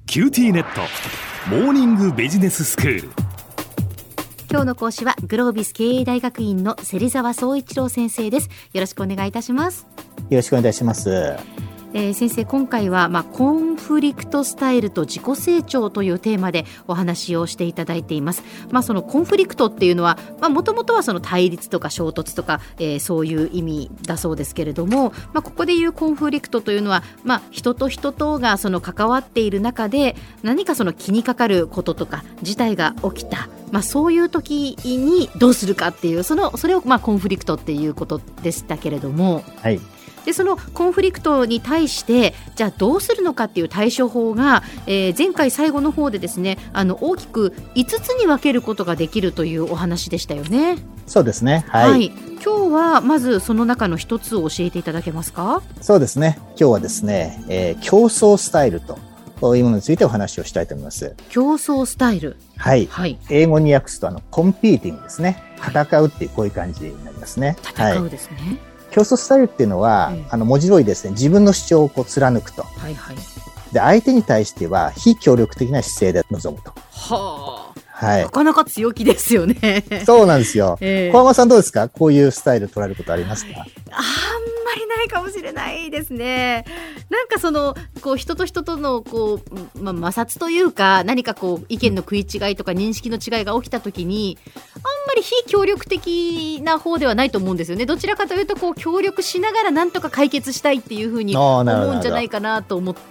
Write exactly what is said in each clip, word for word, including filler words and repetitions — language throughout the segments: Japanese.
キューティーネットモーニングビジネススクール。 今日の講師はグロービス経営大学院の芹沢総一郎先生です。よろしくお願いいたします。 よろしくお願いします。 えー、先生、今回は、まあ、コンフリクトスタイルと自己成長というテーマでお話をしていただいています。まあ、そのコンフリクトっていうのはもともとはその対立とか衝突とか、えー、そういう意味だそうですけれども、まあ、ここでいうコンフリクトというのは、まあ、人と人とがその関わっている中で何かその気にかかることとか事態が起きた、まあ、そういう時にどうするかっていうそのそれをまあコンフリクトっていうことでしたけれども、 はい、 でそのコンフリクトに対してじゃあどうするのかっていう対処法が、えー、前回最後の方でですね、あの大きくいつつに分けることができるというお話でしたよね。そうですね、はい、はい、今日はまずその中の一つを教えていただけますか。 そうですね、今日はですね、えー、競争スタイルというものについてお話をしたいと思います。 競争スタイル、 はい、はい、英語に訳すとあのコンピーティングですね。戦うっていうこういう感じになりますね。 戦うですね、はい。 競争スタイルっていうのは、ええ、あの文字通りですね、自分の主張をこう貫くと、はいはい、で相手に対しては非協力的な姿勢で臨むと。 はあ、 はい、 なかなか強気ですよね。 そうなんですよ。 えー、 小浜さんどうですか、こういうスタイル取られることありますか。 あんまりないかもしれないですね。なんかそのこう人と人とのこう、まあ、摩擦というか何かこう意見の食い違いとか認識の違いが起きたときにあんまり非協力的な方ではないと思うんですよね。どちらかというとこう協力しながらなんとか解決したいっていうふうに思うんじゃないかなと思って。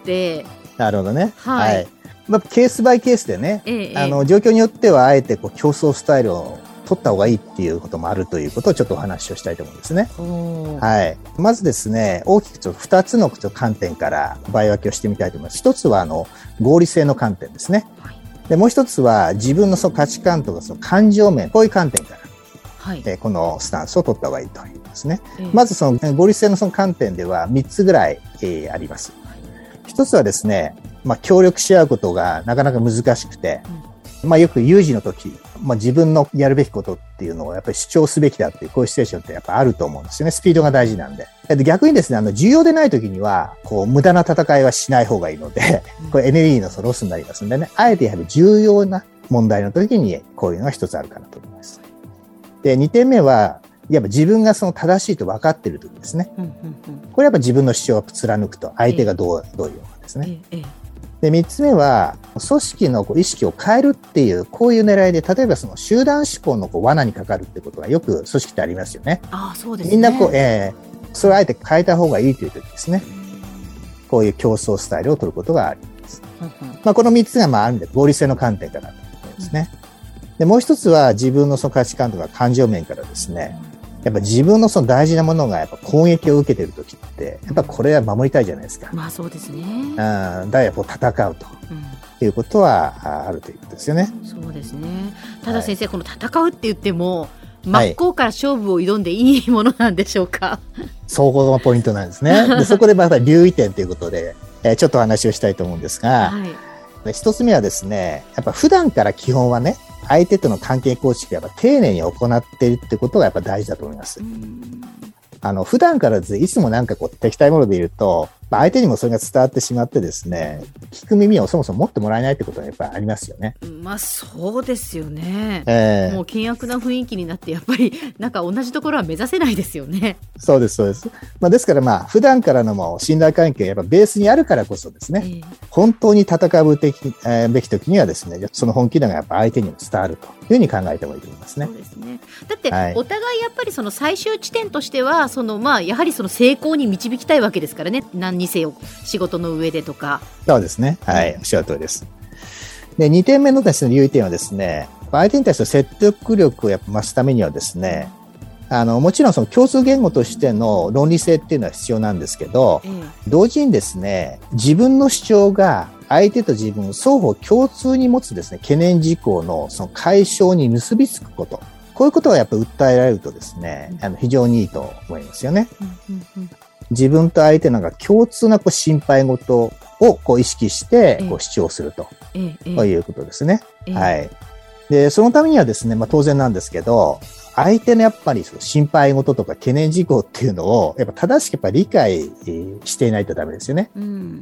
なるほどね、 はい、はい、 まあ、ケースバイケースでね、ええ、あの状況によってはあえてこう競争スタイルを取った方がいいっていうこともあるということをちょっとお話をしたいと思うんですね。はい、まずですね、大きくちょっとふたつの観点から場合分けをしてみたいと思います。一つはあの合理性の観点ですね。はい、でもう一つは自分のその価値観とかその感情面、こういう観点から、はい、えこのスタンスを取った方がいいということですね。えー、まずその合理性のその観点ではみっつぐらい、えー、あります。はい、一つはですね、まあ、協力し合うことがなかなか難しくて、うん、まあ、よく有事の時、まあ、自分のやるべきことっていうのをやっぱり主張すべきだっていうこういうシチュエーションってやっぱあると思うんですよね。スピードが大事なんで。で逆にですね、あの重要でない時にはこう無駄な戦いはしない方がいいので、これエネルギーのそのロスになりますんでね、あえてやはり重要な問題の時にこういうのが一つあるかなと思います。でにてんめはやっぱ自分がその正しいと分かっている時ですね。これやっぱ自分の主張を貫くと相手がどう、どういうのかですね。でみっつめは組織のこう意識を変えるっていうこういう狙いで、例えばその集団思考のこう罠にかかるってことがよく組織ってありますよね。 ああ、そうですね。 みんなこう、えー、それをあえて変えた方がいいという時ですね。こういう競争スタイルを取ることがあります。まあ、このみっつがまああるんで合理性の観点からだと思いますね。でもう一つは自分のその価値観とか感情面からですね、やっぱ自分のその大事なものがやっぱ攻撃を受けている時ってやっぱこれは守りたいじゃないですか。 まあそうですね。 うん、だからやっぱ戦うと、うん、いうことはあるということですよね。 そうですね。ただ先生、はい、この戦うって言っても真っ向から勝負を挑んでいいものなんでしょうか。はい、 そこがポイントなんですね。でそこでまた留意点ということで、えー、ちょっとお話をしたいと思うんですが、はい、で一つ目はですね、やっぱ普段から基本はね、相手との関係構築をやっぱ丁寧に行っているってことがやっぱ大事だと思います。あの普段からですね、いつもなんかこう敵対ものでいると、まあ、相手にもそれが伝わってしまってですね、聞く耳をそもそも持ってもらえないってことはやっぱりありますよね。 まあそうですよね。 えー、 もう険悪な雰囲気になってやっぱりなんか同じところは目指せないですよね。 そうですそうです。まあ、ですからまあ普段からのも信頼関係がやっぱベースにあるからこそですね、えー、本当に戦うべき、えー、べき時にはですね、その本気度がやっぱ相手にも伝わるというふうに考えてもいいと思いますね。 そうですね。だってお互いやっぱりその最終地点としてはそのまあやはりその成功に導きたいわけですからね。何にせよ仕事の上でとか。 そうですね。はい、おっしゃる通りです。でにてんめのですね、留意点はですね、相手に対する説得力をやっぱ増すためにはですね、あのもちろんその共通言語としての論理性っていうのは必要なんですけど、うん、同時にですね、自分の主張が相手と自分双方共通に持つですね、懸念事項のその解消に結びつくこと、こういうことがやっぱ訴えられるとですね、うん、あの非常にいいと思いますよね。うんうんうん、自分と相手の共通なこう心配事をこう意識してこう主張すると、ええええ、ということですね。ええ、はい。で、そのためにはですね、まあ当然なんですけど、 相手のやっぱりその心配事とか懸念事項っていうのをやっぱ正しくやっぱ理解していないとダメですよね。うん、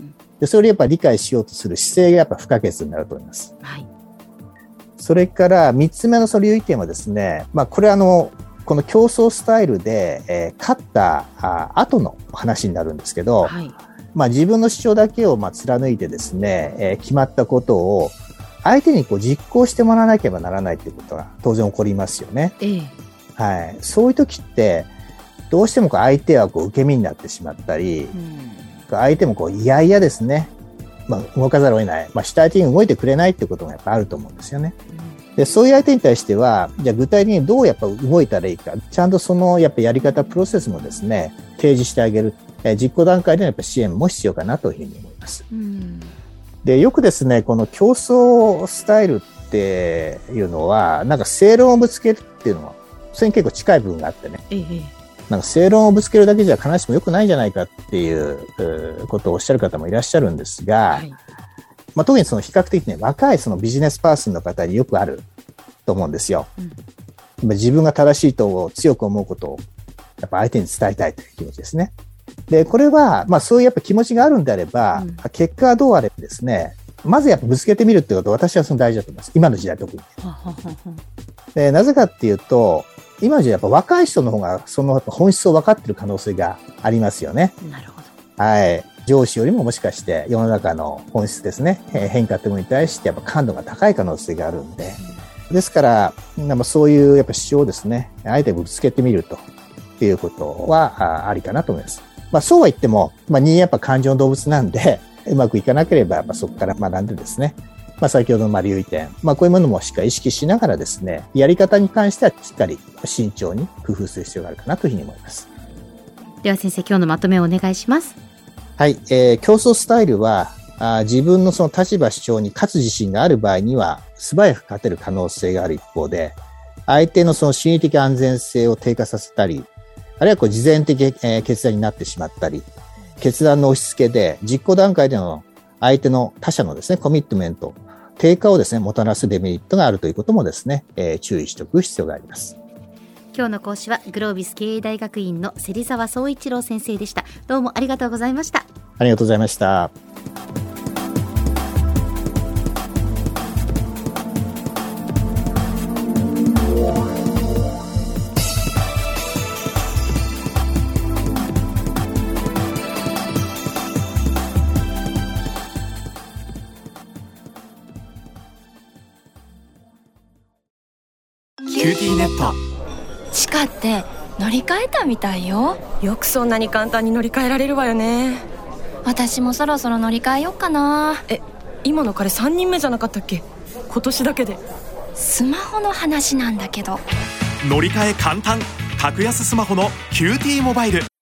でそれをやっぱ理解しようとする姿勢がやっぱ不可欠になると思います。はい、それから三つ目のその留意点はですね、まあこれはあのこの競争スタイルで、えー、勝ったあ後の話になるんですけど、はい、まあ自分の主張だけをまあ貫いてですね、えー、決まったことを相手にこう実行してもらわなければならないということが当然起こりますよね。ええ、はい。そういう時ってどうしてもこう相手はこう受け身になってしまったり、うん、相手もこういやいやですね、まあ動かざるを得ない、まあ主体的に動いてくれないってことがやっぱあると思うんですよね。うん、でそういう相手に対しては、じゃあ具体的にどうやっぱ動いたらいいか、ちゃんとそのやっぱやり方、プロセスもですね、提示してあげる。実行段階でのやっぱ支援も必要かなというふうに思います。うん、で、よくですね、この競争スタイルっていうのは、なんか正論をぶつけるっていうのは、それに結構近い部分があってね。ええ、なんか正論をぶつけるだけじゃ必ずしも良くないんじゃないかっていうことをおっしゃる方もいらっしゃるんですが、はい、まあ、特にその比較的ね、若いそのビジネスパーソンの方によくあると思うんですよ。うん、自分が正しいと強く思うことをやっぱ相手に伝えたいという気持ちですね。で、これは、まあそういうやっぱ気持ちがあるんであれば、うん、結果はどうあればですね、まずやっぱぶつけてみるっていうことは私はその大事だと思います。今の時代特に。で、なぜかっていうと、今の時代やっぱ若い人の方がその本質を分かっている可能性がありますよね。なるほど。はい。上司よりももしかして世の中の本質ですね、変化っていうものに対してやっぱ感度が高い可能性があるんで、うん、ですから、そういうやっぱ主張をですね、あえてぶつけてみるということはありかなと思います。まあそうは言っても、まあ人間やっぱ感情の動物なんで、うまくいかなければやっぱそこから学んでですね、まあ先ほどのまあ留意点、まあこういうものもしっかり意識しながらですね、やり方に関してはしっかり慎重に工夫する必要があるかなというふうに思います。 では先生、今日のまとめをお願いします。 はい、えー、競争スタイルはあ自分のその立場主張に勝つ自信がある場合には素早く勝てる可能性がある一方で、相手のその心理的安全性を低下させたり、あるいはこう事前的、えー、決断になってしまったり、決断の押し付けで実行段階での相手の他者のですね、コミットメント、低下をですね、もたらすデメリットがあるということもですね、えー、注意しておく必要があります。 今日の講師はグロービス経営大学院の芹沢総一郎先生でした。どうもありがとうございました。 ありがとうございました。 キューティーネット。 地下って乗り換えたみたいよ。 よくそんなに簡単に乗り換えられるわよね。 私もそろそろ乗り換えようかな。 え、今の彼さんにんめじゃなかったっけ？今年だけで。 スマホの話なんだけど。 乗り換え簡単、格安スマホの キューティー モバイル。